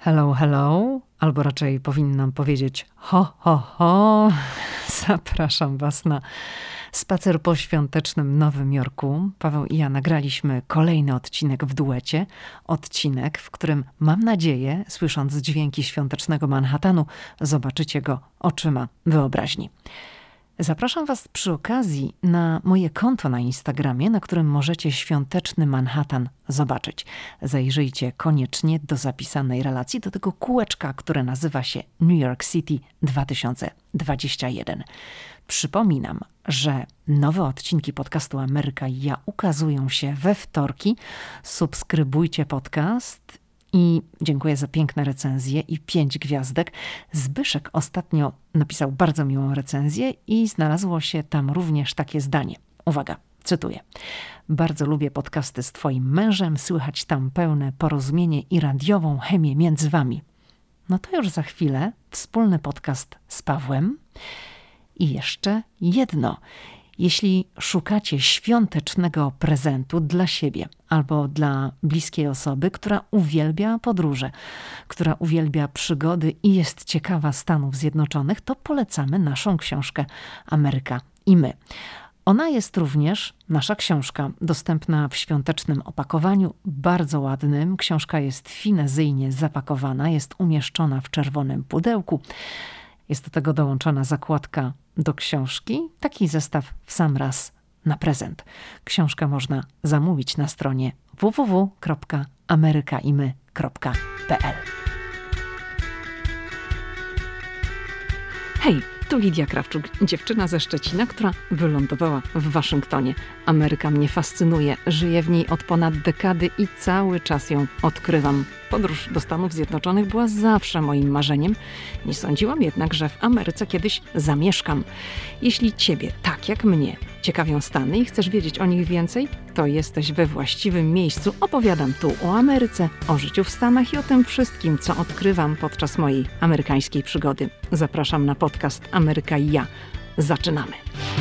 Hello, hello, albo raczej powinnam powiedzieć ho, ho, ho. Zapraszam Was na spacer po świątecznym Nowym Jorku. Paweł i ja nagraliśmy kolejny odcinek w duecie. Odcinek, w którym mam nadzieję, słysząc dźwięki świątecznego Manhattanu, zobaczycie go oczyma wyobraźni. Zapraszam Was przy okazji na moje konto na Instagramie, na którym możecie świąteczny Manhattan zobaczyć. Zajrzyjcie koniecznie do zapisanej relacji, do tego kółeczka, które nazywa się New York City 2021. Przypominam, że nowe odcinki podcastu Ameryka i ja ukazują się we wtorki. Subskrybujcie podcast i dziękuję za piękne recenzje i 5 gwiazdek. Zbyszek ostatnio napisał bardzo miłą recenzję i znalazło się tam również takie zdanie. Uwaga, cytuję. Bardzo lubię podcasty z Twoim mężem, słychać tam pełne porozumienie i radiową chemię między Wami. No to już za chwilę wspólny podcast z Pawłem. I jeszcze jedno. Jeśli szukacie świątecznego prezentu dla siebie albo dla bliskiej osoby, która uwielbia podróże, która uwielbia przygody i jest ciekawa Stanów Zjednoczonych, to polecamy naszą książkę Ameryka i my. Ona jest również, nasza książka, dostępna w świątecznym opakowaniu, bardzo ładnym. Książka jest finezyjnie zapakowana, jest umieszczona w czerwonym pudełku. Jest do tego dołączona zakładka do książki, taki zestaw w sam raz na prezent. Książkę można zamówić na stronie www.amerykaimy.pl. Hej, tu Lidia Krawczuk, dziewczyna ze Szczecina, która wylądowała w Waszyngtonie. Ameryka mnie fascynuje, żyję w niej od ponad dekady i cały czas ją odkrywam. Podróż do Stanów Zjednoczonych była zawsze moim marzeniem. Nie sądziłam jednak, że w Ameryce kiedyś zamieszkam. Jeśli Ciebie, tak jak mnie, ciekawią Stany i chcesz wiedzieć o nich więcej, to jesteś we właściwym miejscu. Opowiadam tu o Ameryce, o życiu w Stanach i o tym wszystkim, co odkrywam podczas mojej amerykańskiej przygody. Zapraszam na podcast Ameryka i ja. Zaczynamy!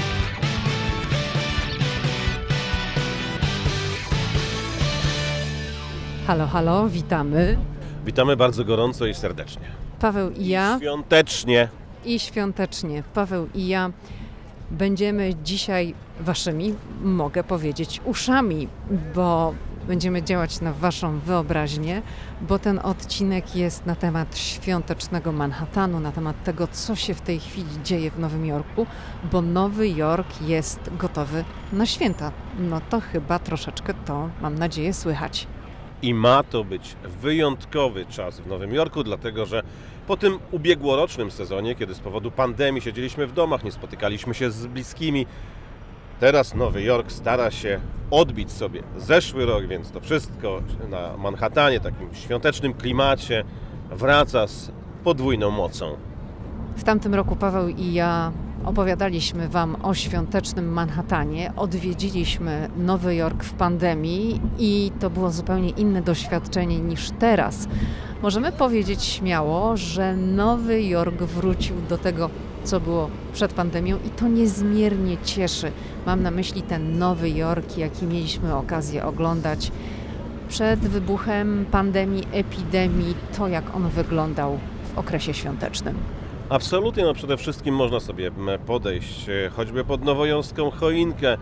Halo, halo, witamy. Witamy bardzo gorąco i serdecznie. Paweł i ja. Świątecznie. Paweł i ja będziemy dzisiaj waszymi, mogę powiedzieć, uszami, bo będziemy działać na waszą wyobraźnię, bo ten odcinek jest na temat świątecznego Manhattanu, na temat tego, co się w tej chwili dzieje w Nowym Jorku, bo Nowy Jork jest gotowy na święta. No to chyba troszeczkę to, mam nadzieję, słychać. I ma to być wyjątkowy czas w Nowym Jorku, dlatego że po tym ubiegłorocznym sezonie, kiedy z powodu pandemii siedzieliśmy w domach, nie spotykaliśmy się z bliskimi, teraz Nowy Jork stara się odbić sobie zeszły rok, więc to wszystko na Manhattanie, takim świątecznym klimacie, wraca z podwójną mocą. W tamtym roku Paweł i ja opowiadaliśmy Wam o świątecznym Manhattanie, odwiedziliśmy Nowy Jork w pandemii i to było zupełnie inne doświadczenie niż teraz. Możemy powiedzieć śmiało, że Nowy Jork wrócił do tego, co było przed pandemią i to niezmiernie cieszy. Mam na myśli ten Nowy Jork, jaki mieliśmy okazję oglądać przed wybuchem pandemii, epidemii, to jak on wyglądał w okresie świątecznym. Absolutnie, no przede wszystkim można sobie podejść choćby pod nowojorską choinkę.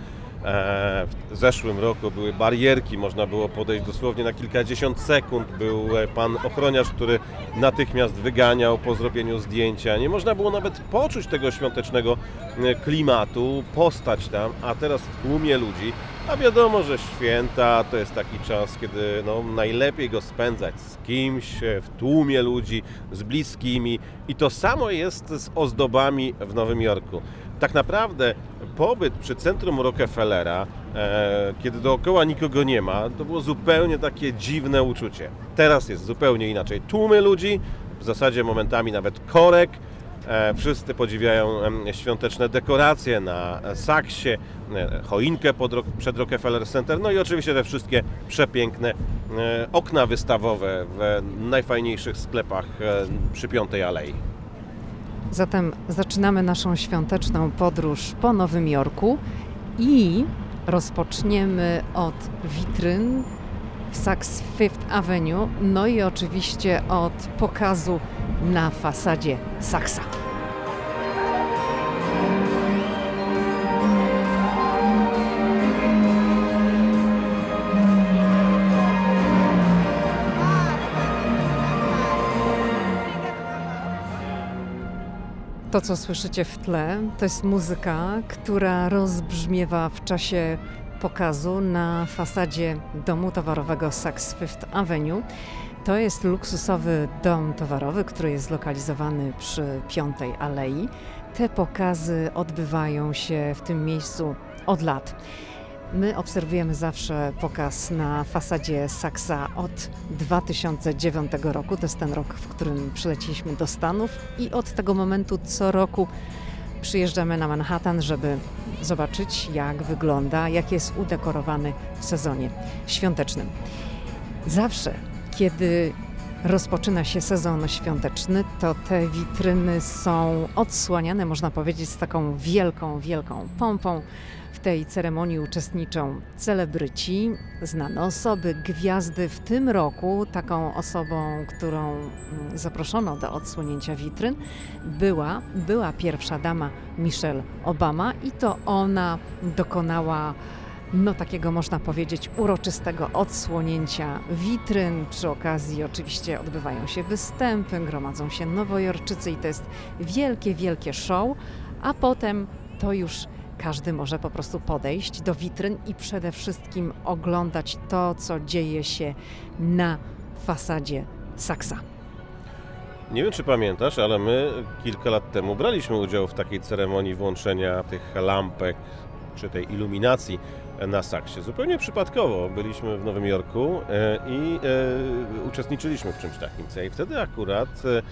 W zeszłym roku były barierki, można było podejść dosłownie na kilkadziesiąt sekund. Był pan ochroniarz, który natychmiast wyganiał po zrobieniu zdjęcia. Nie można było nawet poczuć tego świątecznego klimatu, postać tam, a teraz w tłumie ludzi. A wiadomo, że święta to jest taki czas, kiedy najlepiej go spędzać z kimś, w tłumie ludzi, z bliskimi. I to samo jest z ozdobami w Nowym Jorku. Tak naprawdę pobyt przy centrum Rockefellera, kiedy dookoła nikogo nie ma, to było zupełnie takie dziwne uczucie. Teraz jest zupełnie inaczej. Tłumy ludzi, w zasadzie momentami nawet korek. Wszyscy podziwiają świąteczne dekoracje na Saksie, choinkę przed Rockefeller Center, no i oczywiście te wszystkie przepiękne okna wystawowe w najfajniejszych sklepach przy Piątej Alei. Zatem zaczynamy naszą świąteczną podróż po Nowym Jorku i rozpoczniemy od witryn w Saks Fifth Avenue, no i oczywiście od pokazu na fasadzie Saksa. To, co słyszycie w tle, to jest muzyka, która rozbrzmiewa w czasie pokazu na fasadzie domu towarowego Saks Fifth Avenue. To jest luksusowy dom towarowy, który jest zlokalizowany przy Piątej Alei. Te pokazy odbywają się w tym miejscu od lat. My obserwujemy zawsze pokaz na fasadzie Saksa od 2009 roku. To jest ten rok, w którym przyleciliśmy do Stanów i od tego momentu co roku przyjeżdżamy na Manhattan, żeby zobaczyć, jak wygląda, jak jest udekorowany w sezonie świątecznym. Zawsze, kiedy rozpoczyna się sezon świąteczny, to te witryny są odsłaniane, można powiedzieć, z taką wielką, wielką pompą. W tej ceremonii uczestniczą celebryci, znane osoby, gwiazdy. W tym roku taką osobą, którą zaproszono do odsłonięcia witryn, była pierwsza dama Michelle Obama i to ona dokonała takiego, można powiedzieć, uroczystego odsłonięcia witryn. Przy okazji oczywiście odbywają się występy, gromadzą się Nowojorczycy i to jest wielkie, wielkie show, a potem to już każdy może po prostu podejść do witryn i przede wszystkim oglądać to, co dzieje się na fasadzie Saksa. Nie wiem, czy pamiętasz, ale my kilka lat temu braliśmy udział w takiej ceremonii włączenia tych lampek, czy tej iluminacji na Saksie. Zupełnie przypadkowo byliśmy w Nowym Jorku i uczestniczyliśmy w czymś takim. I wtedy akurat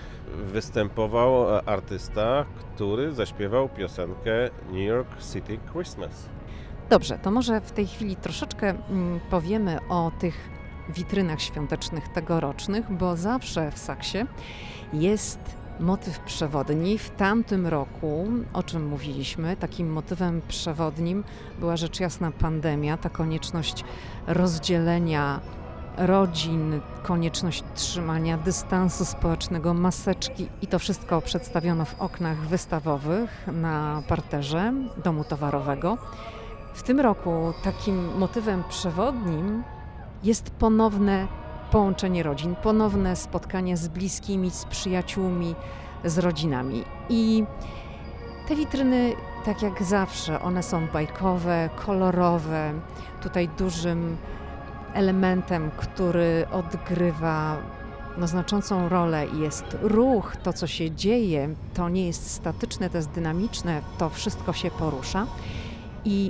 występował artysta, który zaśpiewał piosenkę New York City Christmas. Dobrze, to może w tej chwili troszeczkę powiemy o tych witrynach świątecznych tegorocznych, bo zawsze w Saksie jest motyw przewodni. W tamtym roku, o czym mówiliśmy, takim motywem przewodnim była rzecz jasna pandemia, ta konieczność rozdzielenia rodzin, konieczność trzymania dystansu społecznego, maseczki i to wszystko przedstawiono w oknach wystawowych na parterze domu towarowego. W tym roku takim motywem przewodnim jest ponowne połączenie rodzin, ponowne spotkanie z bliskimi, z przyjaciółmi, z rodzinami. I te witryny, tak jak zawsze, one są bajkowe, kolorowe. Tutaj dużym elementem, który odgrywa znaczącą rolę jest ruch, to co się dzieje, to nie jest statyczne, to jest dynamiczne, to wszystko się porusza. I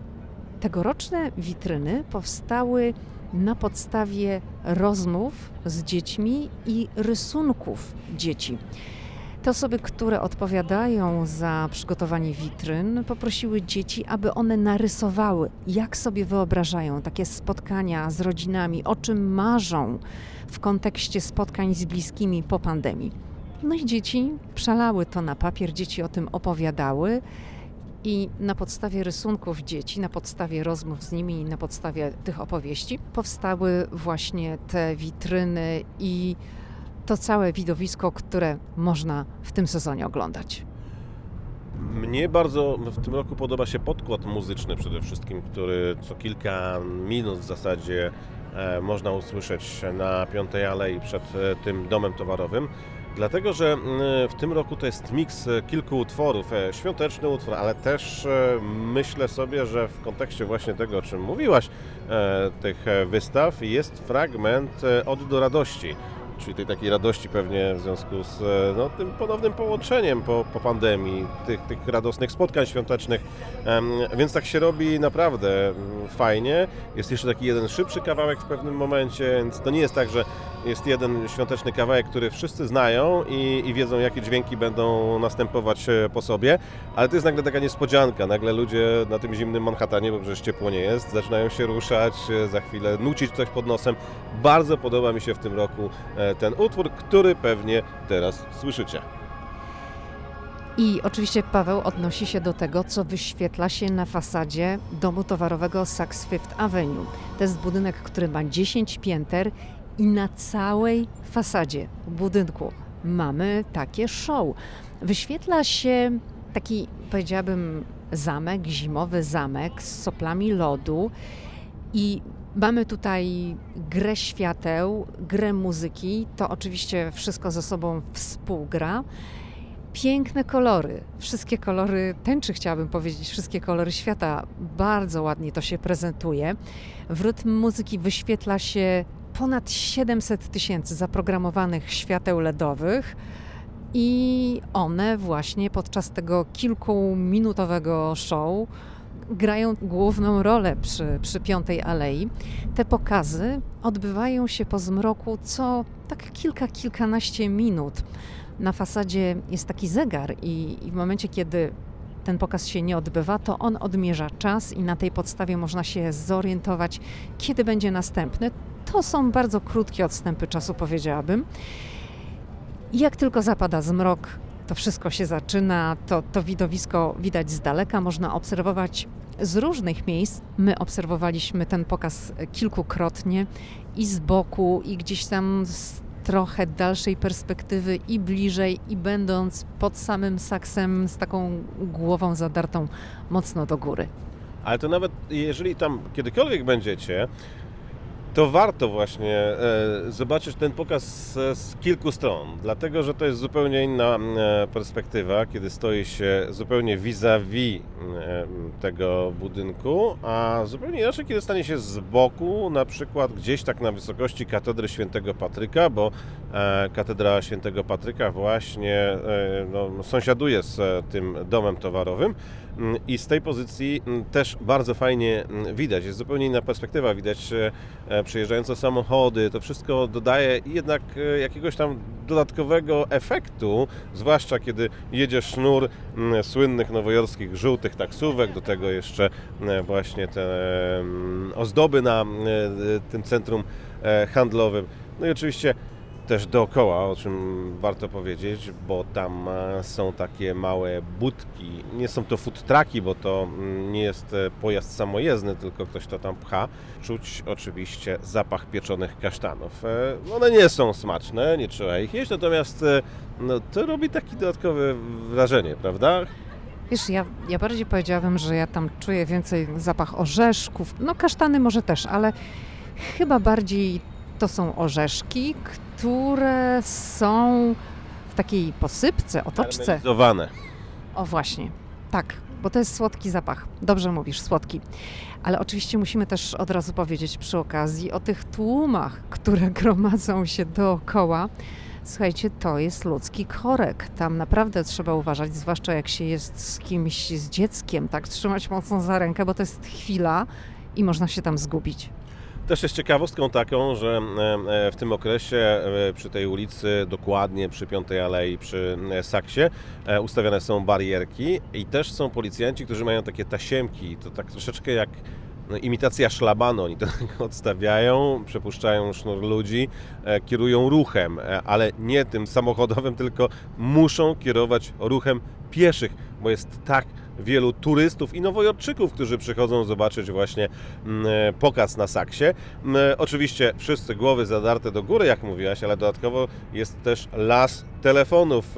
tegoroczne witryny powstały na podstawie rozmów z dziećmi i rysunków dzieci. Te osoby, które odpowiadają za przygotowanie witryn, poprosiły dzieci, aby one narysowały, jak sobie wyobrażają takie spotkania z rodzinami, o czym marzą w kontekście spotkań z bliskimi po pandemii. No i dzieci przelały to na papier, dzieci o tym opowiadały. I na podstawie rysunków dzieci, na podstawie rozmów z nimi i na podstawie tych opowieści powstały właśnie te witryny i to całe widowisko, które można w tym sezonie oglądać. Mnie bardzo w tym roku podoba się podkład muzyczny przede wszystkim, który co kilka minut w zasadzie można usłyszeć na Piątej Alei przed tym domem towarowym. Dlatego, że w tym roku to jest miks kilku utworów, świąteczny utwór, ale też myślę sobie, że w kontekście właśnie tego, o czym mówiłaś, tych wystaw, jest fragment Ody do radości, czyli tej takiej radości pewnie w związku z tym ponownym połączeniem po pandemii, tych radosnych spotkań świątecznych, więc tak się robi naprawdę fajnie. Jest jeszcze taki jeden szybszy kawałek w pewnym momencie, więc to nie jest tak, że jest jeden świąteczny kawałek, który wszyscy znają i wiedzą, jakie dźwięki będą następować po sobie, ale to jest nagle taka niespodzianka. Nagle ludzie na tym zimnym Manhattanie, bo przecież ciepło nie jest, zaczynają się ruszać, za chwilę nucić coś pod nosem. Bardzo podoba mi się w tym roku ten utwór, który pewnie teraz słyszycie. I oczywiście Paweł odnosi się do tego, co wyświetla się na fasadzie domu towarowego Saks Fifth Avenue. To jest budynek, który ma 10 pięter i na całej fasadzie budynku mamy takie show. Wyświetla się taki, powiedziałabym, zamek, zimowy zamek z soplami lodu i mamy tutaj grę świateł, grę muzyki. To oczywiście wszystko ze sobą współgra. Piękne kolory, wszystkie kolory tęczy, chciałabym powiedzieć, wszystkie kolory świata. Bardzo ładnie to się prezentuje. W rytm muzyki wyświetla się ponad 700 000 zaprogramowanych świateł LEDowych i one właśnie podczas tego kilkuminutowego show grają główną rolę przy Piątej Alei. Te pokazy odbywają się po zmroku co tak kilkanaście minut. Na fasadzie jest taki zegar i w momencie, kiedy ten pokaz się nie odbywa, to on odmierza czas i na tej podstawie można się zorientować, kiedy będzie następny. To są bardzo krótkie odstępy czasu, powiedziałabym. I jak tylko zapada zmrok, to wszystko się zaczyna, to widowisko widać z daleka, można obserwować z różnych miejsc. My obserwowaliśmy ten pokaz kilkukrotnie i z boku, i gdzieś tam z trochę dalszej perspektywy i bliżej, i będąc pod samym Saksem z taką głową zadartą mocno do góry. Ale to nawet jeżeli tam kiedykolwiek będziecie, to warto właśnie zobaczyć ten pokaz z kilku stron, dlatego że to jest zupełnie inna perspektywa, kiedy stoi się zupełnie vis-a-vis tego budynku, a zupełnie inaczej, kiedy stanie się z boku, na przykład gdzieś tak na wysokości katedry Świętego Patryka, bo katedra Świętego Patryka właśnie sąsiaduje z tym domem towarowym. I z tej pozycji też bardzo fajnie widać, jest zupełnie inna perspektywa, widać przejeżdżające samochody, to wszystko dodaje jednak jakiegoś tam dodatkowego efektu, zwłaszcza kiedy jedzie sznur słynnych nowojorskich żółtych taksówek, do tego jeszcze właśnie te ozdoby na tym centrum handlowym. No i oczywiście też dookoła, o czym warto powiedzieć, bo tam są takie małe budki. Nie są to food trucki, bo to nie jest pojazd samojezdny, tylko ktoś to tam pcha. Czuć oczywiście zapach pieczonych kasztanów. One nie są smaczne, nie trzeba ich jeść, natomiast to robi takie dodatkowe wrażenie, prawda? Wiesz, ja bardziej powiedziałabym, że ja tam czuję więcej zapach orzeszków. No kasztany może też, ale chyba bardziej to są orzeszki, które są w takiej posypce, otoczce. Karmelizowane. O właśnie, tak, bo to jest słodki zapach. Dobrze mówisz, słodki. Ale oczywiście musimy też od razu powiedzieć przy okazji o tych tłumach, które gromadzą się dookoła. Słuchajcie, to jest ludzki korek. Tam naprawdę trzeba uważać, zwłaszcza jak się jest z kimś, z dzieckiem, tak, trzymać mocno za rękę, bo to jest chwila i można się tam zgubić. Też jest ciekawostką taką, że w tym okresie przy tej ulicy, dokładnie przy Piątej Alei, przy Saksie, ustawiane są barierki i też są policjanci, którzy mają takie tasiemki, to tak troszeczkę jak imitacja szlabanu, oni to odstawiają, przepuszczają sznur ludzi, kierują ruchem, ale nie tym samochodowym, tylko muszą kierować ruchem pieszych, bo jest tak wielu turystów i nowojorczyków, którzy przychodzą zobaczyć właśnie pokaz na Saksie. Oczywiście wszyscy głowy zadarte do góry, jak mówiłaś, ale dodatkowo jest też las telefonów,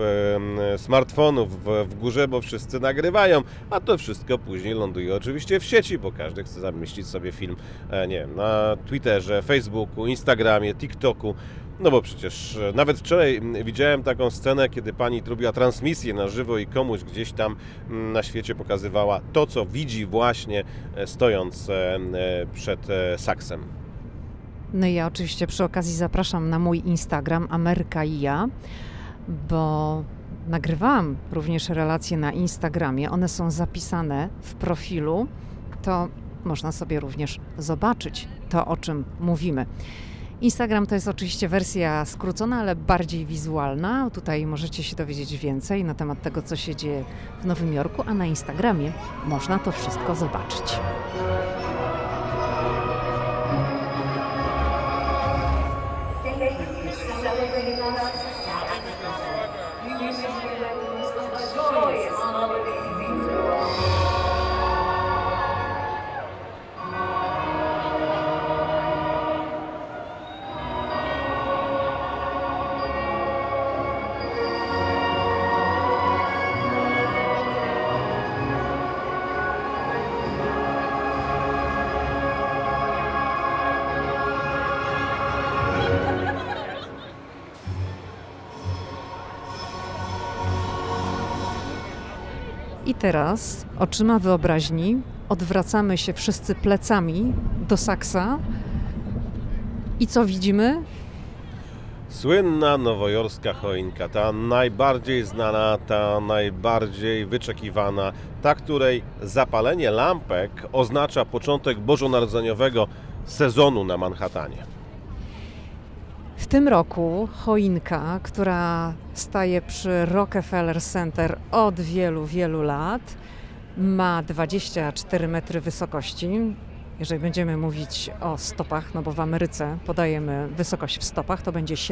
smartfonów w górze, bo wszyscy nagrywają, a to wszystko później ląduje oczywiście w sieci, bo każdy chce zamieścić sobie film, nie wiem, na Twitterze, Facebooku, Instagramie, TikToku. No bo przecież nawet wczoraj widziałem taką scenę, kiedy pani robiła transmisję na żywo i komuś gdzieś tam na świecie pokazywała to, co widzi właśnie stojąc przed Saksem. No i ja oczywiście przy okazji zapraszam na mój Instagram Ameryka i ja, bo nagrywałam również relacje na Instagramie. One są zapisane w profilu, to można sobie również zobaczyć to, o czym mówimy. Instagram to jest oczywiście wersja skrócona, ale bardziej wizualna. Tutaj możecie się dowiedzieć więcej na temat tego, co się dzieje w Nowym Jorku, a na Instagramie można to wszystko zobaczyć. I teraz oczyma wyobraźni odwracamy się wszyscy plecami do saksa. I co widzimy? Słynna nowojorska choinka, ta najbardziej znana, ta najbardziej wyczekiwana, ta, której zapalenie lampek oznacza początek bożonarodzeniowego sezonu na Manhattanie. W tym roku choinka, która staje przy Rockefeller Center od wielu, wielu lat, ma 24 metry wysokości. Jeżeli będziemy mówić o stopach, no bo w Ameryce podajemy wysokość w stopach, to będzie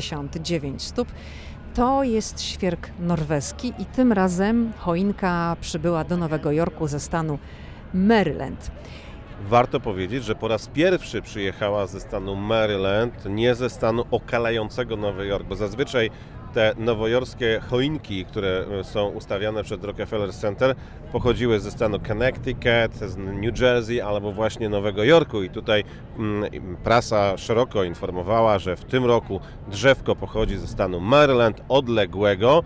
79 stóp. To jest świerk norweski i tym razem choinka przybyła do Nowego Jorku ze stanu Maryland. Warto powiedzieć, że po raz pierwszy przyjechała ze stanu Maryland, nie ze stanu okalającego Nowy Jork, bo zazwyczaj te nowojorskie choinki, które są ustawiane przed Rockefeller Center, pochodziły ze stanu Connecticut, z New Jersey albo właśnie Nowego Jorku i tutaj prasa szeroko informowała, że w tym roku drzewko pochodzi ze stanu Maryland, odległego.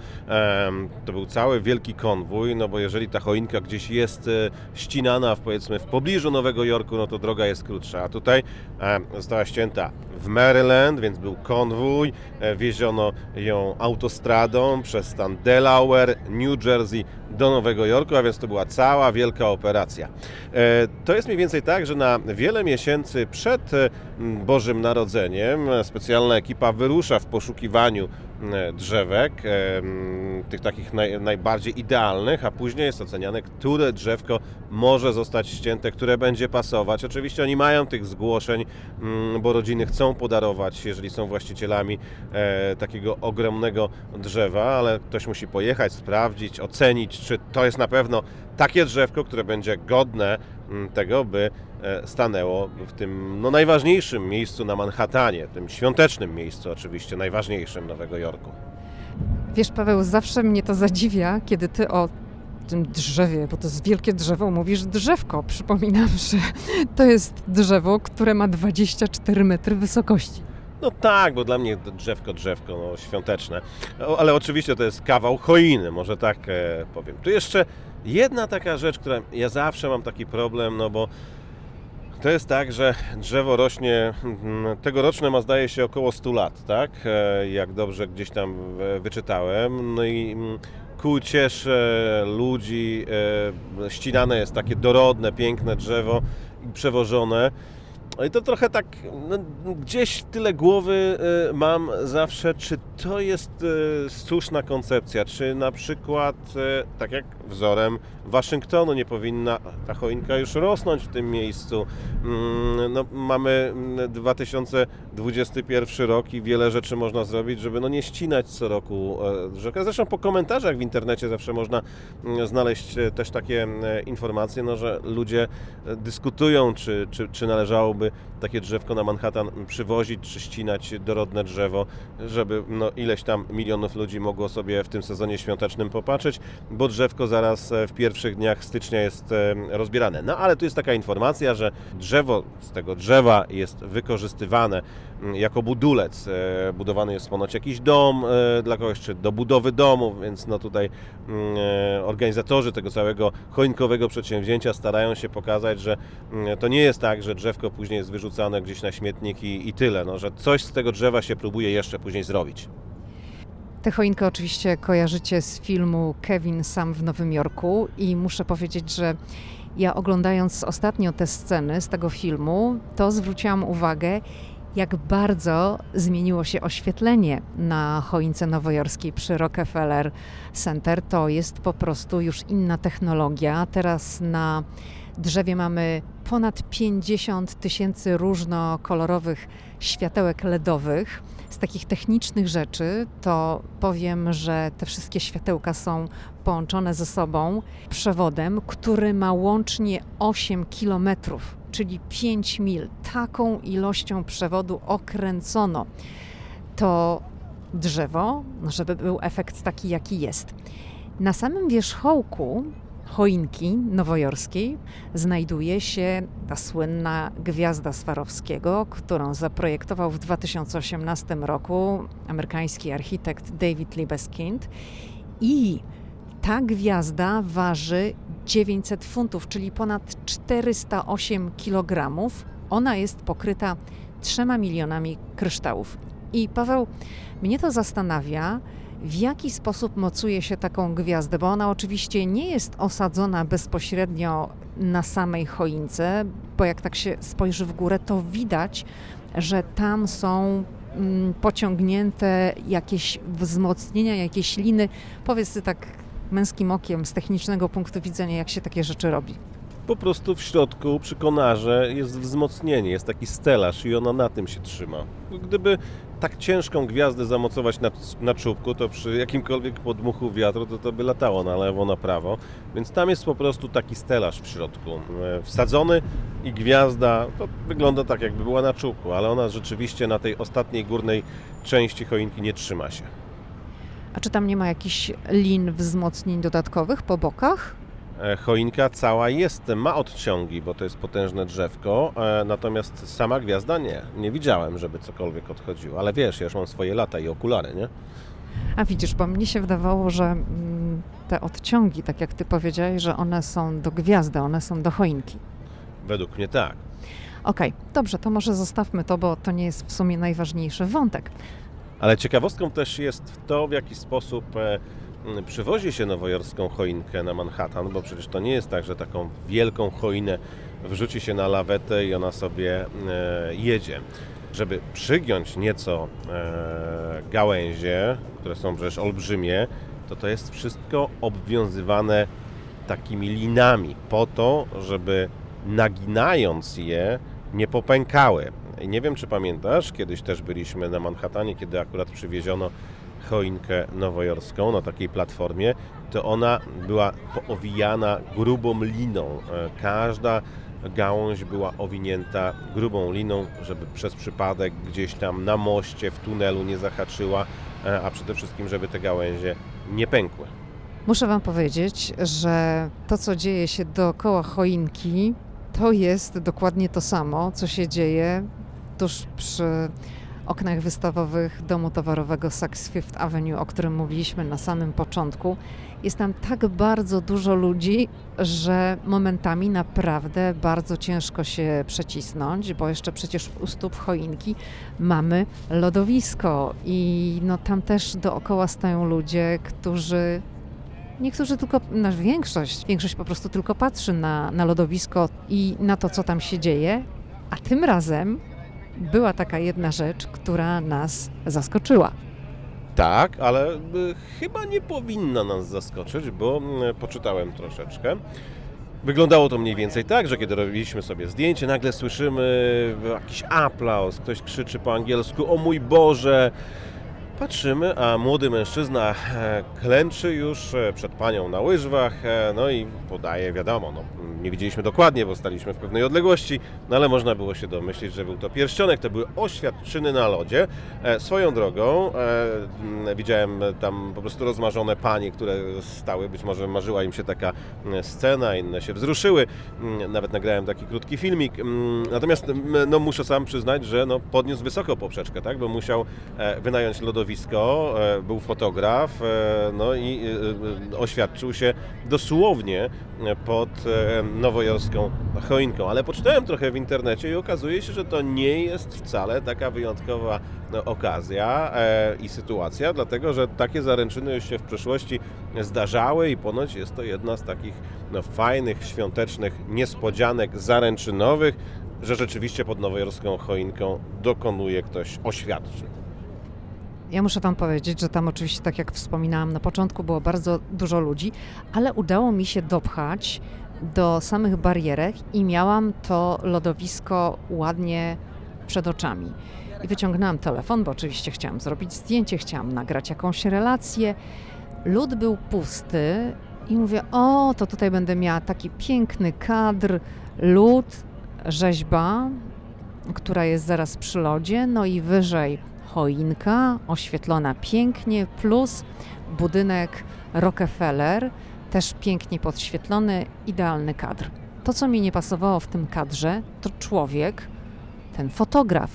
To był cały wielki konwój, no bo jeżeli ta choinka gdzieś jest ścinana powiedzmy w pobliżu Nowego Jorku, no to droga jest krótsza, a tutaj została ścięta w Maryland, więc był konwój, wieziono ją autostradą przez stan Delaware, New Jersey do Nowego Jorku, a więc to była cała wielka operacja. To jest mniej więcej tak, że na wiele miesięcy przed Bożym Narodzeniem specjalna ekipa wyrusza w poszukiwaniu drzewek, tych takich najbardziej idealnych, a później jest oceniane, które drzewko może zostać ścięte, które będzie pasować. Oczywiście oni mają tych zgłoszeń, bo rodziny chcą podarować, jeżeli są właścicielami takiego ogromnego drzewa, ale ktoś musi pojechać, sprawdzić, ocenić, czy to jest na pewno takie drzewko, które będzie godne tego, by stanęło w tym najważniejszym miejscu na Manhattanie, tym świątecznym miejscu oczywiście, najważniejszym Nowego Jorku. Wiesz, Paweł, zawsze mnie to zadziwia, kiedy ty o tym drzewie, bo to jest wielkie drzewo, mówisz drzewko. Przypominam, że to jest drzewo, które ma 24 metry wysokości. No tak, bo dla mnie drzewko, świąteczne. Ale oczywiście to jest kawał choiny, może tak powiem. Tu jeszcze jedna taka rzecz, która ja zawsze mam taki problem, no bo to jest tak, że drzewo rośnie, tegoroczne ma zdaje się około 100 lat, tak? Jak dobrze gdzieś tam wyczytałem. No i ku uciesze ludzi ścinane jest takie dorodne, piękne drzewo i przewożone. No i to trochę tak, gdzieś w tyle głowy mam zawsze, czy to jest słuszna koncepcja, czy na przykład, tak jak wzorem Waszyngtonu, nie powinna ta choinka już rosnąć w tym miejscu. No, mamy 2021 rok i wiele rzeczy można zrobić, żeby nie ścinać co roku drzewka. Zresztą po komentarzach w internecie zawsze można znaleźć też takie informacje, że ludzie dyskutują, czy należałoby takie drzewko na Manhattan przywozić, czy ścinać dorodne drzewo, żeby ileś tam milionów ludzi mogło sobie w tym sezonie świątecznym popatrzeć, bo drzewko zaraz w pierwszych dniach stycznia jest rozbierane. No ale tu jest taka informacja, że drzewo z tego drzewa jest wykorzystywane jako budulec. Budowany jest ponoć jakiś dom dla kogoś, czy do budowy domu, więc tutaj organizatorzy tego całego choinkowego przedsięwzięcia starają się pokazać, że to nie jest tak, że drzewko później jest wyrzucane gdzieś na śmietnik i tyle, że coś z tego drzewa się próbuje jeszcze później zrobić. Tę choinkę oczywiście kojarzycie z filmu Kevin sam w Nowym Jorku i muszę powiedzieć, że ja oglądając ostatnio te sceny z tego filmu, to zwróciłam uwagę, jak bardzo zmieniło się oświetlenie na choince nowojorskiej przy Rockefeller Center. To jest po prostu już inna technologia. Teraz na drzewie mamy ponad 50 000 różnokolorowych światełek LEDowych. Z takich technicznych rzeczy to powiem, że te wszystkie światełka są połączone ze sobą przewodem, który ma łącznie 8 kilometrów, czyli 5 mil. Taką ilością przewodu okręcono to drzewo, żeby był efekt taki, jaki jest. Na samym wierzchołku choinki nowojorskiej znajduje się ta słynna gwiazda Swarowskiego, którą zaprojektował w 2018 roku amerykański architekt David Libeskind. I Ta gwiazda waży 900 funtów, czyli ponad 408 kg. Ona jest pokryta 3 milionami kryształów. I Paweł, mnie to zastanawia, w jaki sposób mocuje się taką gwiazdę, bo ona oczywiście nie jest osadzona bezpośrednio na samej choince, bo jak tak się spojrzy w górę, to widać, że tam są pociągnięte jakieś wzmocnienia, jakieś liny. Powiedz ty tak męskim okiem, z technicznego punktu widzenia, jak się takie rzeczy robi. Po prostu w środku przy konarze jest wzmocnienie, jest taki stelaż i ona na tym się trzyma. Gdyby tak ciężką gwiazdę zamocować na czubku, to przy jakimkolwiek podmuchu wiatru to by latało na lewo, na prawo. Więc tam jest po prostu taki stelaż w środku wsadzony i gwiazda to wygląda tak, jakby była na czubku, ale ona rzeczywiście na tej ostatniej górnej części choinki nie trzyma się. A czy tam nie ma jakichś lin wzmocnień dodatkowych po bokach? Choinka cała ma odciągi, bo to jest potężne drzewko, natomiast sama gwiazda nie. Nie widziałem, żeby cokolwiek odchodziło, ale wiesz, ja już mam swoje lata i okulary, nie? A widzisz, bo mnie się wydawało, że te odciągi, tak jak ty powiedziałeś, że one są do gwiazdy, one są do choinki. Według mnie tak. Okej, dobrze, to może zostawmy to, bo to nie jest w sumie najważniejszy wątek. Ale ciekawostką też jest to, w jaki sposób przywozi się nowojorską choinkę na Manhattan, bo przecież to nie jest tak, że taką wielką choinę wrzuci się na lawetę i ona sobie jedzie. Żeby przygiąć nieco gałęzie, które są przecież olbrzymie, to jest wszystko obwiązywane takimi linami po to, żeby naginając je nie popękały. I nie wiem, czy pamiętasz, kiedyś też byliśmy na Manhattanie, kiedy akurat przywieziono choinkę nowojorską na takiej platformie, to ona była poowijana grubą liną. Każda gałąź była owinięta grubą liną, żeby przez przypadek gdzieś tam na moście, w tunelu nie zahaczyła, a przede wszystkim, żeby te gałęzie nie pękły. Muszę wam powiedzieć, że to, co dzieje się dookoła choinki, to jest dokładnie to samo, co się dzieje tuż przy oknach wystawowych domu towarowego Saks Fifth Avenue, o którym mówiliśmy na samym początku. Jest tam tak bardzo dużo ludzi, że momentami naprawdę bardzo ciężko się przecisnąć, bo jeszcze przecież u stóp choinki mamy lodowisko i no tam też dookoła stoją ludzie, którzy niektórzy tylko, większość po prostu tylko patrzy na lodowisko i na to, co tam się dzieje, a tym razem była taka jedna rzecz, która nas zaskoczyła. Tak, ale chyba nie powinna nas zaskoczyć, bo poczytałem troszeczkę. Wyglądało to mniej więcej tak, że kiedy robiliśmy sobie zdjęcie, nagle słyszymy jakiś aplauz, ktoś krzyczy po angielsku: o mój Boże! Patrzymy, a młody mężczyzna klęczy już przed panią na łyżwach, no i podaje, wiadomo, nie widzieliśmy dokładnie, bo staliśmy w pewnej odległości, no ale można było się domyślić, że był to pierścionek, to były oświadczyny na lodzie. Swoją drogą widziałem tam po prostu rozmarzone panie, które stały, być może marzyła im się taka scena, inne się wzruszyły, nawet nagrałem taki krótki filmik, natomiast muszę sam przyznać, że podniósł wysoko poprzeczkę, tak, bo musiał wynająć lodowisko, był fotograf, i oświadczył się dosłownie pod nowojorską choinką. Ale poczytałem trochę w internecie i okazuje się, że to nie jest wcale taka wyjątkowa okazja i sytuacja, dlatego że takie zaręczyny już się w przeszłości zdarzały i ponoć jest to jedna z takich fajnych, świątecznych niespodzianek zaręczynowych, że rzeczywiście pod nowojorską choinką dokonuje ktoś oświadczeń. Ja muszę wam powiedzieć, że tam oczywiście, tak jak wspominałam na początku, było bardzo dużo ludzi, ale udało mi się dopchać do samych barierek i miałam to lodowisko ładnie przed oczami. I wyciągnęłam telefon, bo oczywiście chciałam zrobić zdjęcie, chciałam nagrać jakąś relację. Lód był pusty i mówię: o, to tutaj będę miała taki piękny kadr, lód, rzeźba, która jest zaraz przy lodzie, no i wyżej choinka oświetlona pięknie, plus budynek Rockefeller, też pięknie podświetlony, idealny kadr. To, co mi nie pasowało w tym kadrze, to człowiek, ten fotograf,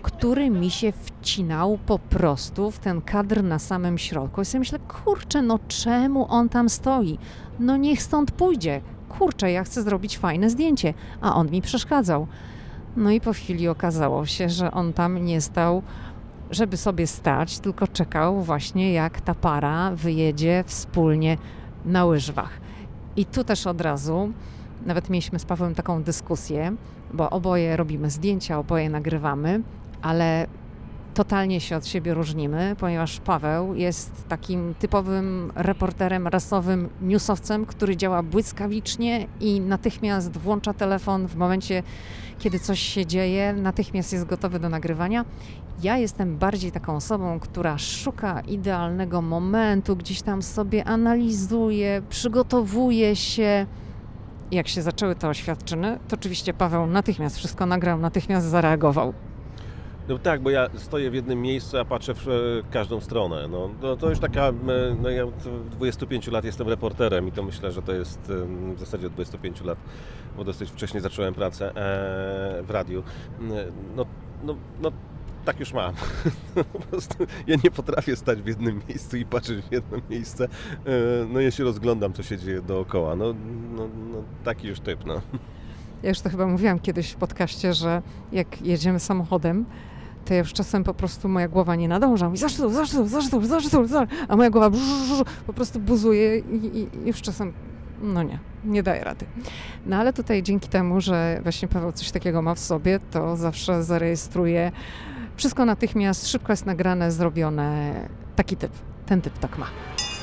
który mi się wcinał po prostu w ten kadr na samym środku. I sobie myślę, kurczę, no czemu on tam stoi? No niech stąd pójdzie. Kurczę, ja chcę zrobić fajne zdjęcie, a on mi przeszkadzał. No i po chwili okazało się, że on tam nie stał, żeby sobie stać, tylko czekał właśnie, jak ta para wyjedzie wspólnie na łyżwach. I tu też od razu, nawet mieliśmy z Pawłem taką dyskusję, bo oboje robimy zdjęcia, oboje nagrywamy, ale totalnie się od siebie różnimy, ponieważ Paweł jest takim typowym reporterem rasowym, newsowcem, który działa błyskawicznie i natychmiast włącza telefon w momencie, kiedy coś się dzieje, natychmiast jest gotowy do nagrywania. Ja jestem bardziej taką osobą, która szuka idealnego momentu, gdzieś tam sobie analizuje, przygotowuje się. Jak się zaczęły te oświadczyny, to oczywiście Paweł natychmiast wszystko nagrał, natychmiast zareagował. No tak, bo ja stoję w jednym miejscu, a patrzę w każdą stronę. No, to już taka, no ja od 25 lat jestem reporterem i to myślę, że to jest w zasadzie od 25 lat, bo dosyć wcześnie zacząłem pracę w radiu. No tak już mam. Po prostu ja nie potrafię stać w jednym miejscu i patrzeć w jedno miejsce. No ja się rozglądam, co się dzieje dookoła. No taki już typ, no. Ja już to chyba mówiłam kiedyś w podcaście, że jak jedziemy samochodem, to ja już czasem po prostu moja głowa nie nadąża. Mówi, za sztul, a moja głowa po prostu buzuje i już czasem, no nie daje rady. No ale tutaj dzięki temu, że właśnie Paweł coś takiego ma w sobie, to zawsze zarejestruje wszystko natychmiast, szybko jest nagrane, zrobione. Taki typ, ten typ tak ma.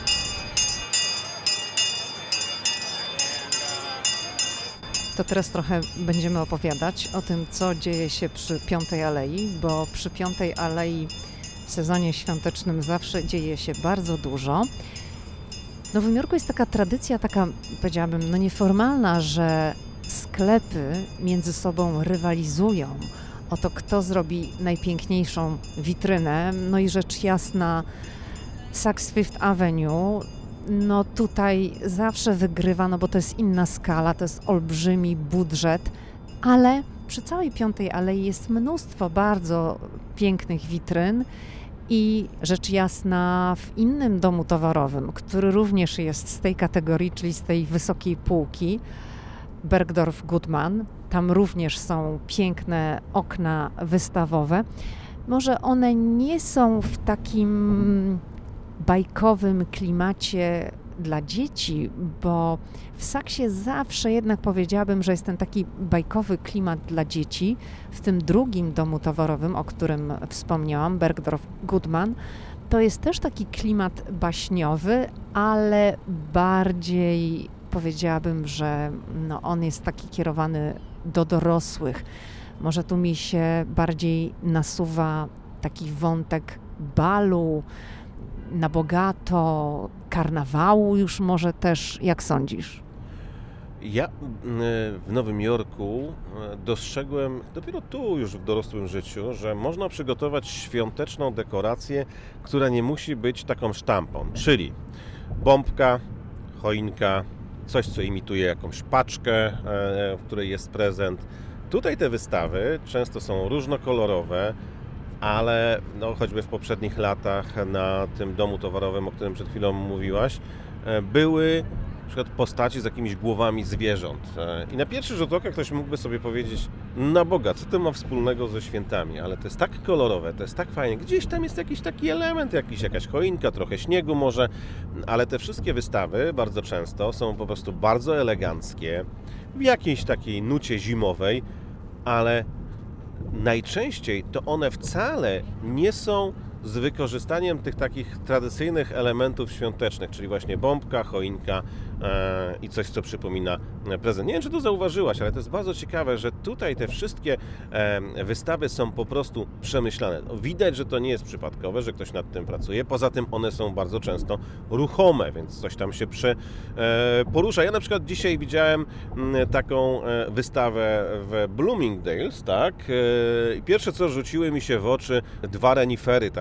To teraz trochę będziemy opowiadać o tym, co dzieje się przy Piątej Alei, bo przy Piątej Alei w sezonie świątecznym zawsze dzieje się bardzo dużo. W Nowym Jorku jest taka tradycja, taka powiedziałabym, nieformalna, że sklepy między sobą rywalizują o to, kto zrobi najpiękniejszą witrynę. No i rzecz jasna Saks Fifth Avenue, no tutaj zawsze wygrywa, no bo to jest inna skala, to jest olbrzymi budżet, ale przy całej Piątej Alei jest mnóstwo bardzo pięknych witryn i rzecz jasna w innym domu towarowym, który również jest z tej kategorii, czyli z tej wysokiej półki, Bergdorf Goodman, tam również są piękne okna wystawowe. Może one nie są w takim bajkowym klimacie dla dzieci, bo w Saksie zawsze jednak powiedziałabym, że jest ten taki bajkowy klimat dla dzieci. W tym drugim domu towarowym, o którym wspomniałam, Bergdorf Goodman, to jest też taki klimat baśniowy, ale bardziej powiedziałabym, że on jest taki kierowany do dorosłych. Może tu mi się bardziej nasuwa taki wątek balu, na bogato, karnawału już może też. Jak sądzisz? Ja w Nowym Jorku dostrzegłem dopiero tu już w dorosłym życiu, że można przygotować świąteczną dekorację, która nie musi być taką sztampą, czyli bombka, choinka, coś co imituje jakąś paczkę, w której jest prezent. Tutaj te wystawy często są różnokolorowe, ale choćby w poprzednich latach na tym domu towarowym, o którym przed chwilą mówiłaś, były na przykład postaci z jakimiś głowami zwierząt. I na pierwszy rzut oka ktoś mógłby sobie powiedzieć, na Boga, co to ma wspólnego ze świętami, ale to jest tak kolorowe, to jest tak fajnie, gdzieś tam jest jakiś taki element, jakaś choinka, trochę śniegu może, ale te wszystkie wystawy bardzo często są po prostu bardzo eleganckie, w jakiejś takiej nucie zimowej, ale najczęściej to one wcale nie są z wykorzystaniem tych takich tradycyjnych elementów świątecznych, czyli właśnie bombka, choinka i coś, co przypomina prezent. Nie wiem, czy to zauważyłaś, ale to jest bardzo ciekawe, że tutaj te wszystkie wystawy są po prostu przemyślane. Widać, że to nie jest przypadkowe, że ktoś nad tym pracuje. Poza tym one są bardzo często ruchome, więc coś tam się porusza. Ja na przykład dzisiaj widziałem taką wystawę w Bloomingdale's, tak? I pierwsze, co rzuciły mi się w oczy, dwa renifery takie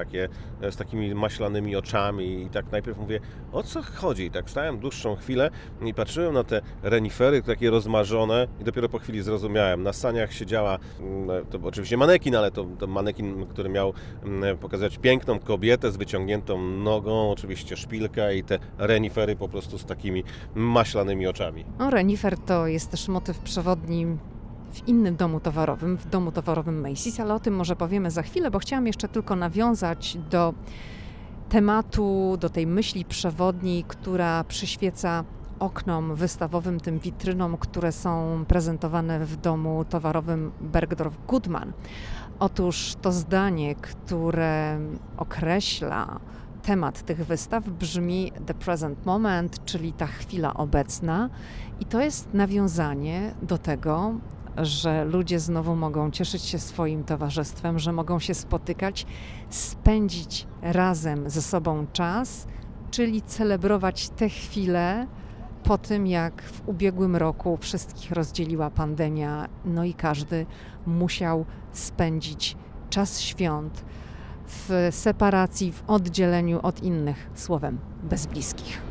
takie z takimi maślanymi oczami i tak najpierw mówię, o co chodzi? I tak stałem dłuższą chwilę i patrzyłem na te renifery takie rozmarzone i dopiero po chwili zrozumiałem. Na saniach siedziała, to oczywiście manekin, ale to manekin, który miał pokazać piękną kobietę z wyciągniętą nogą, oczywiście szpilka i te renifery po prostu z takimi maślanymi oczami. No, renifer to jest też motyw przewodni w innym domu towarowym, w domu towarowym Macy's, ale o tym może powiemy za chwilę, bo chciałam jeszcze tylko nawiązać do tematu, do tej myśli przewodniej, która przyświeca oknom wystawowym, tym witrynom, które są prezentowane w domu towarowym Bergdorf Goodman. Otóż to zdanie, które określa temat tych wystaw, brzmi The Present Moment, czyli ta chwila obecna, i to jest nawiązanie do tego, że ludzie znowu mogą cieszyć się swoim towarzystwem, że mogą się spotykać, spędzić razem ze sobą czas, czyli celebrować te chwile po tym, jak w ubiegłym roku wszystkich rozdzieliła pandemia, no i każdy musiał spędzić czas świąt w separacji, w oddzieleniu od innych, słowem, bez bliskich.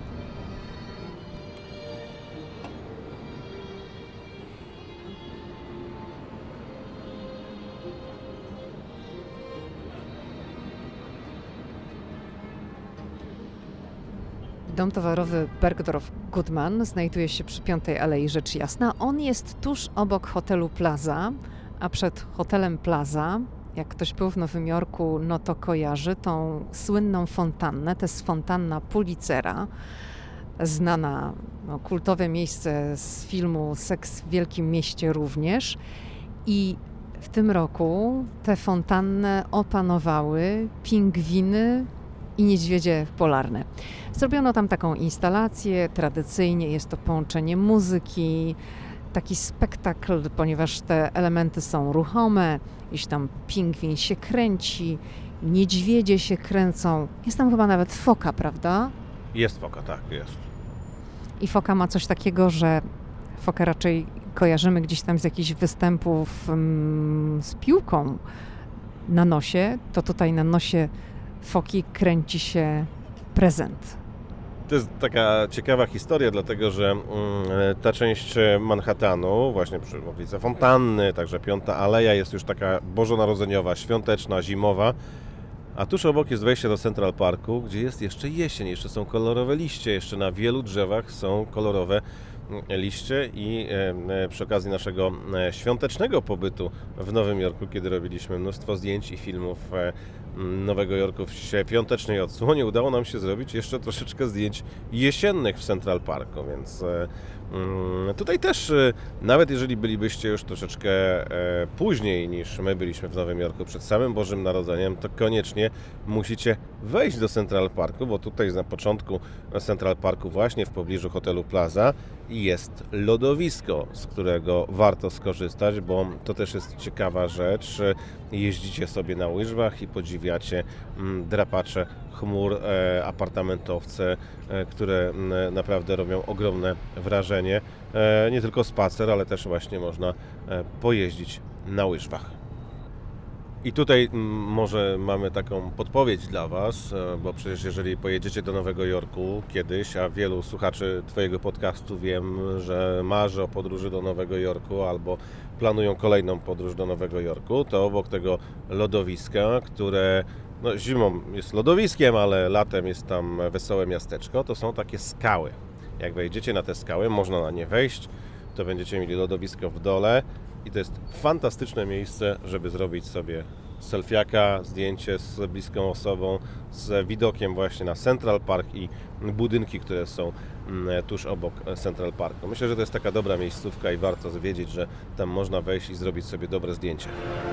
Dom towarowy Bergdorf Goodman znajduje się przy 5 Alei Rzecz Jasna. On jest tuż obok hotelu Plaza, a przed hotelem Plaza, jak ktoś był w Nowym Jorku, no to kojarzy tą słynną fontannę. To jest fontanna Pulitzera, znana, kultowe miejsce z filmu Seks w Wielkim Mieście również. I w tym roku tę fontannę opanowały pingwiny i niedźwiedzie polarne. Zrobiono tam taką instalację, tradycyjnie jest to połączenie muzyki, taki spektakl, ponieważ te elementy są ruchome, gdzieś tam pingwin się kręci, niedźwiedzie się kręcą, jest tam chyba nawet foka, prawda? Jest foka, tak, jest. I foka ma coś takiego, że fokę raczej kojarzymy gdzieś tam z jakichś występów z piłką na nosie, to tutaj na nosie foki kręci się prezent. To jest taka ciekawa historia, dlatego że ta część Manhattanu, właśnie przy okolicy fontanny, także 5 Aleja jest już taka bożonarodzeniowa, świąteczna, zimowa, a tuż obok jest wejście do Central Parku, gdzie jest jeszcze jesień, jeszcze są kolorowe liście, jeszcze na wielu drzewach są kolorowe liście i przy okazji naszego świątecznego pobytu w Nowym Jorku, kiedy robiliśmy mnóstwo zdjęć i filmów Nowego Jorku w świątecznej odsłonie, udało nam się zrobić jeszcze troszeczkę zdjęć jesiennych w Central Parku, więc tutaj też, nawet jeżeli bylibyście już troszeczkę później niż my byliśmy w Nowym Jorku przed samym Bożym Narodzeniem, to koniecznie musicie wejść do Central Parku, bo tutaj na początku Central Parku, właśnie w pobliżu hotelu Plaza, jest lodowisko, z którego warto skorzystać, bo to też jest ciekawa rzecz. Jeździcie sobie na łyżwach i podziwiacie drapacze chmur, apartamentowce, które naprawdę robią ogromne wrażenie. Nie tylko spacer, ale też właśnie można pojeździć na łyżwach. I tutaj może mamy taką podpowiedź dla Was, bo przecież jeżeli pojedziecie do Nowego Jorku kiedyś, a wielu słuchaczy Twojego podcastu wiem, że marzy o podróży do Nowego Jorku albo planują kolejną podróż do Nowego Jorku, to obok tego lodowiska, które zimą jest lodowiskiem, ale latem jest tam wesołe miasteczko, to są takie skały. Jak wejdziecie na te skały, można na nie wejść, to będziecie mieli lodowisko w dole. I to jest fantastyczne miejsce, żeby zrobić sobie selfiaka, zdjęcie z bliską osobą, z widokiem właśnie na Central Park i budynki, które są tuż obok Central Parku. Myślę, że to jest taka dobra miejscówka i warto wiedzieć, że tam można wejść i zrobić sobie dobre zdjęcie.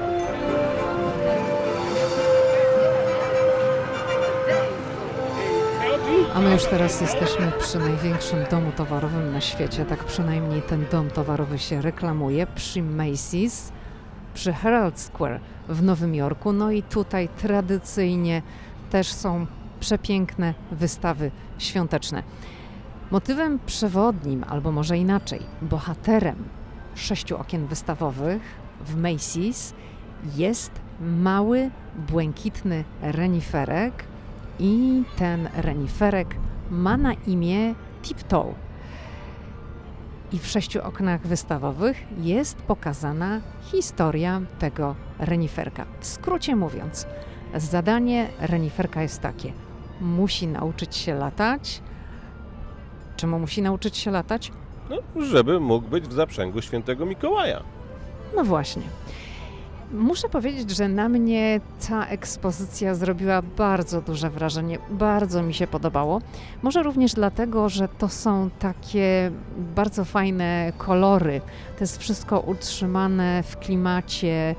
A my już teraz jesteśmy przy największym domu towarowym na świecie, tak przynajmniej ten dom towarowy się reklamuje, przy Macy's, przy Herald Square w Nowym Jorku. No i tutaj tradycyjnie też są przepiękne wystawy świąteczne. Motywem przewodnim, albo może inaczej, bohaterem 6 okien wystawowych w Macy's jest mały, błękitny reniferek i ten reniferek ma na imię Tiptoe. I w 6 oknach wystawowych jest pokazana historia tego reniferka. W skrócie mówiąc, zadanie reniferka jest takie: musi nauczyć się latać. Czemu musi nauczyć się latać? No, żeby mógł być w zaprzęgu świętego Mikołaja. No właśnie. Muszę powiedzieć, że na mnie ta ekspozycja zrobiła bardzo duże wrażenie. Bardzo mi się podobało. Może również dlatego, że to są takie bardzo fajne kolory. To jest wszystko utrzymane w klimacie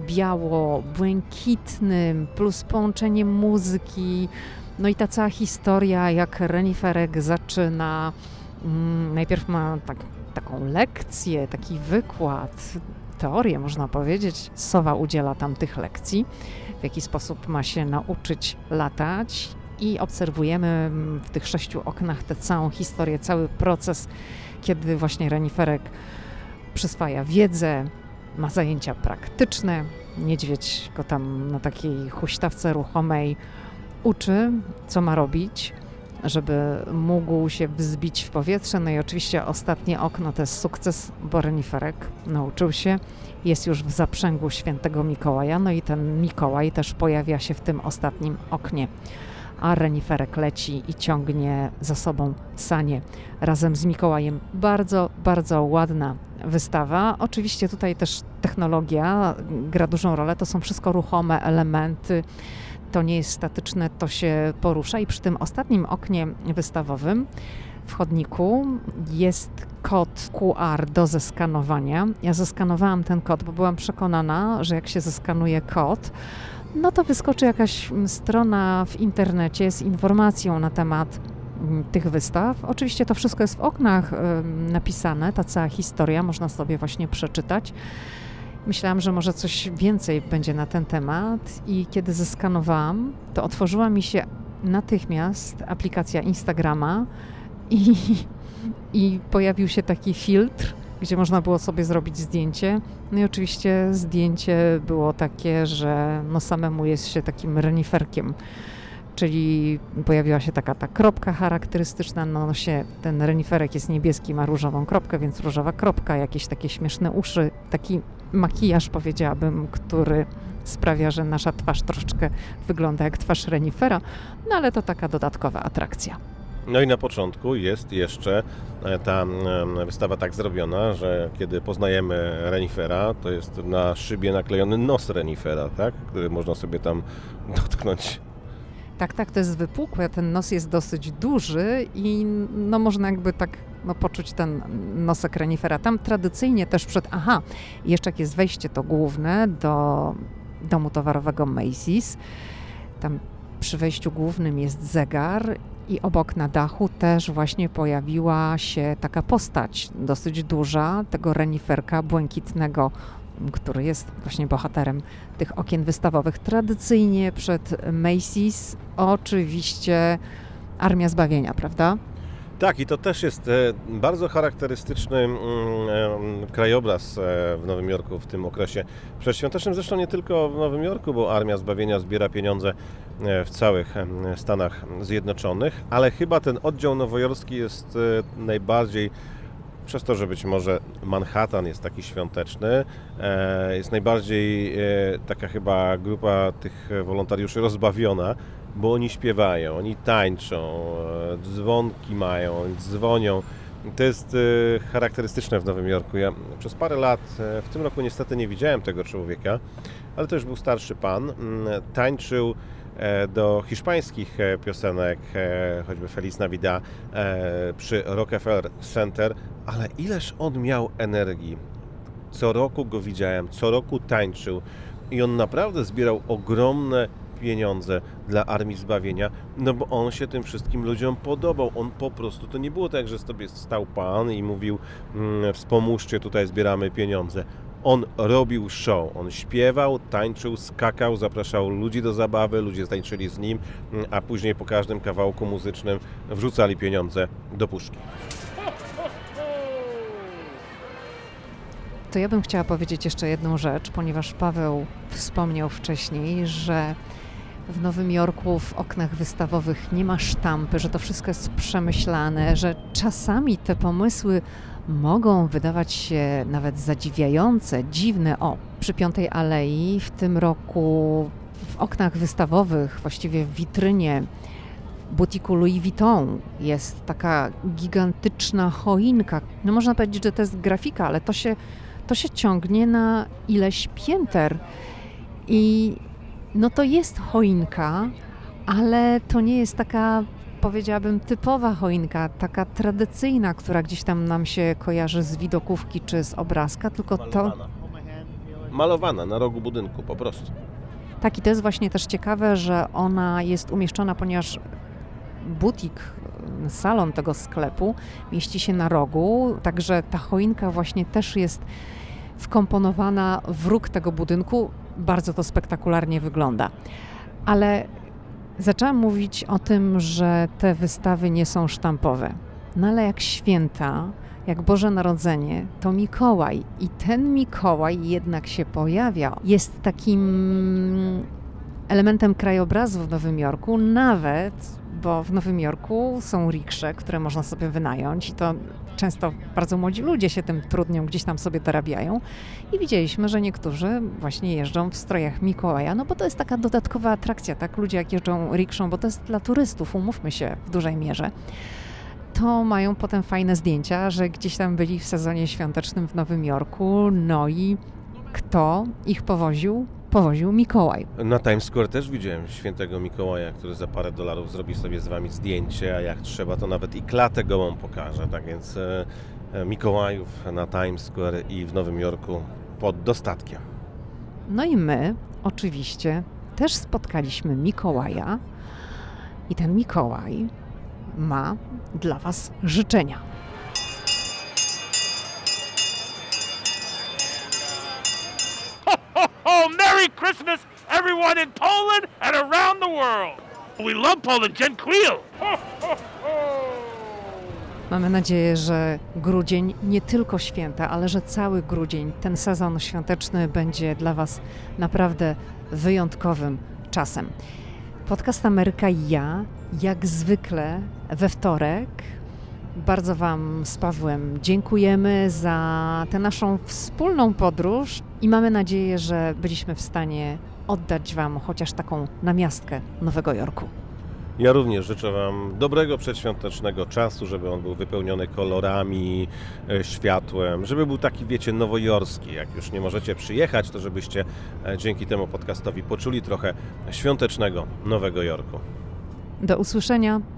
biało-błękitnym, plus połączenie muzyki. No i ta cała historia, jak reniferek zaczyna. Najpierw ma taką lekcję, taki wykład, teorię można powiedzieć. Sowa udziela tam tych lekcji, w jaki sposób ma się nauczyć latać i obserwujemy w tych 6 oknach tę całą historię, cały proces, kiedy właśnie reniferek przyswaja wiedzę, ma zajęcia praktyczne, niedźwiedź go tam na takiej huśtawce ruchomej uczy, co ma robić, żeby mógł się wzbić w powietrze. No i oczywiście ostatnie okno to jest sukces, bo reniferek nauczył się, jest już w zaprzęgu świętego Mikołaja, no i ten Mikołaj też pojawia się w tym ostatnim oknie. A reniferek leci i ciągnie za sobą sanie razem z Mikołajem. Bardzo, bardzo ładna wystawa. Oczywiście tutaj też technologia gra dużą rolę, to są wszystko ruchome elementy. To nie jest statyczne, to się porusza i przy tym ostatnim oknie wystawowym w chodniku jest kod QR do zeskanowania. Ja zeskanowałam ten kod, bo byłam przekonana, że jak się zeskanuje kod, no to wyskoczy jakaś strona w internecie z informacją na temat tych wystaw. Oczywiście to wszystko jest w oknach napisane, ta cała historia, można sobie właśnie przeczytać. Myślałam, że może coś więcej będzie na ten temat i kiedy zeskanowałam, to otworzyła mi się natychmiast aplikacja Instagrama i pojawił się taki filtr, gdzie można było sobie zrobić zdjęcie. No i oczywiście zdjęcie było takie, że no samemu jest się takim reniferkiem, czyli pojawiła się taka ta kropka charakterystyczna na nosie. Ten reniferek jest niebieski, ma różową kropkę, więc różowa kropka, jakieś takie śmieszne uszy, taki makijaż, powiedziałabym, który sprawia, że nasza twarz troszeczkę wygląda jak twarz renifera, no ale to taka dodatkowa atrakcja. No i na początku jest jeszcze ta wystawa tak zrobiona, że kiedy poznajemy renifera, to jest na szybie naklejony nos renifera, tak? Który można sobie tam dotknąć. Tak, to jest wypukłe, ten nos jest dosyć duży i no można jakby tak poczuć ten nosek renifera. Tam tradycyjnie też jeszcze jak jest wejście to główne do domu towarowego Macy's, tam przy wejściu głównym jest zegar i obok na dachu też właśnie pojawiła się taka postać dosyć duża, tego reniferka błękitnego, który jest właśnie bohaterem tych okien wystawowych. Tradycyjnie przed Macy's oczywiście Armia Zbawienia, prawda? Tak, i to też jest bardzo charakterystyczny krajobraz w Nowym Jorku w tym okresie przedświątecznym. Zresztą nie tylko w Nowym Jorku, bo Armia Zbawienia zbiera pieniądze w całych Stanach Zjednoczonych, ale chyba ten oddział nowojorski jest najbardziej, przez to, że być może Manhattan jest taki świąteczny, jest najbardziej taka chyba grupa tych wolontariuszy rozbawiona, bo oni śpiewają, oni tańczą, dzwonki mają, dzwonią. To jest charakterystyczne w Nowym Jorku. Ja przez parę lat, w tym roku niestety nie widziałem tego człowieka, ale to już był starszy pan, tańczył do hiszpańskich piosenek, choćby Feliz Navidad przy Rockefeller Center, ale ileż on miał energii. Co roku go widziałem, co roku tańczył i on naprawdę zbierał ogromne pieniądze dla Armii Zbawienia, no bo on się tym wszystkim ludziom podobał. On po prostu, to nie było tak, że sobie stał pan i mówił wspomóżcie, tutaj zbieramy pieniądze. On robił show, on śpiewał, tańczył, skakał, zapraszał ludzi do zabawy, ludzie tańczyli z nim, a później po każdym kawałku muzycznym wrzucali pieniądze do puszki. To ja bym chciała powiedzieć jeszcze jedną rzecz, ponieważ Paweł wspomniał wcześniej, że w Nowym Jorku w oknach wystawowych nie ma sztampy, że to wszystko jest przemyślane, że czasami te pomysły mogą wydawać się nawet zadziwiające, dziwne. Przy Piątej Alei w tym roku w oknach wystawowych, właściwie w witrynie butiku Louis Vuitton jest taka gigantyczna choinka. No można powiedzieć, że to jest grafika, ale to się ciągnie na ileś pięter. I no to jest choinka, ale to nie jest taka, powiedziałabym, typowa choinka, taka tradycyjna, która gdzieś tam nam się kojarzy z widokówki czy z obrazka, tylko Malowana na rogu budynku po prostu. Tak, i to jest właśnie też ciekawe, że ona jest umieszczona, ponieważ butik, salon tego sklepu mieści się na rogu, także ta choinka właśnie też jest wkomponowana w róg tego budynku. Bardzo to spektakularnie wygląda. Ale zaczęłam mówić o tym, że te wystawy nie są sztampowe. No ale jak święta, jak Boże Narodzenie, to Mikołaj. I ten Mikołaj jednak się pojawia. Jest takim elementem krajobrazu w Nowym Jorku, nawet, bo w Nowym Jorku są riksze, które można sobie wynająć i to często bardzo młodzi ludzie się tym trudnią, gdzieś tam sobie dorabiają i widzieliśmy, że niektórzy właśnie jeżdżą w strojach Mikołaja, no bo to jest taka dodatkowa atrakcja, tak? Ludzie jak jeżdżą rikszą, bo to jest dla turystów, umówmy się, w dużej mierze, to mają potem fajne zdjęcia, że gdzieś tam byli w sezonie świątecznym w Nowym Jorku, no i kto ich powoził? Powoził Mikołaj. Na Times Square też widziałem świętego Mikołaja, który za parę dolarów zrobi sobie z wami zdjęcie, a jak trzeba, to nawet i klatę gołą pokaże. Tak więc Mikołajów na Times Square i w Nowym Jorku pod dostatkiem. No i my oczywiście też spotkaliśmy Mikołaja i ten Mikołaj ma dla was życzenia. Oh, Merry Christmas, everyone in Poland and around the world. We love Poland, dziękuję. Mamy nadzieję, że grudzień nie tylko święta, ale że cały grudzień, ten sezon świąteczny będzie dla was naprawdę wyjątkowym czasem. Podcast Ameryka i ja, jak zwykle we wtorek. Bardzo wam z Pawłem dziękujemy za tę naszą wspólną podróż i mamy nadzieję, że byliśmy w stanie oddać wam chociaż taką namiastkę Nowego Jorku. Ja również życzę wam dobrego przedświątecznego czasu, żeby on był wypełniony kolorami, światłem, żeby był taki, wiecie, nowojorski. Jak już nie możecie przyjechać, to żebyście dzięki temu podcastowi poczuli trochę świątecznego Nowego Jorku. Do usłyszenia.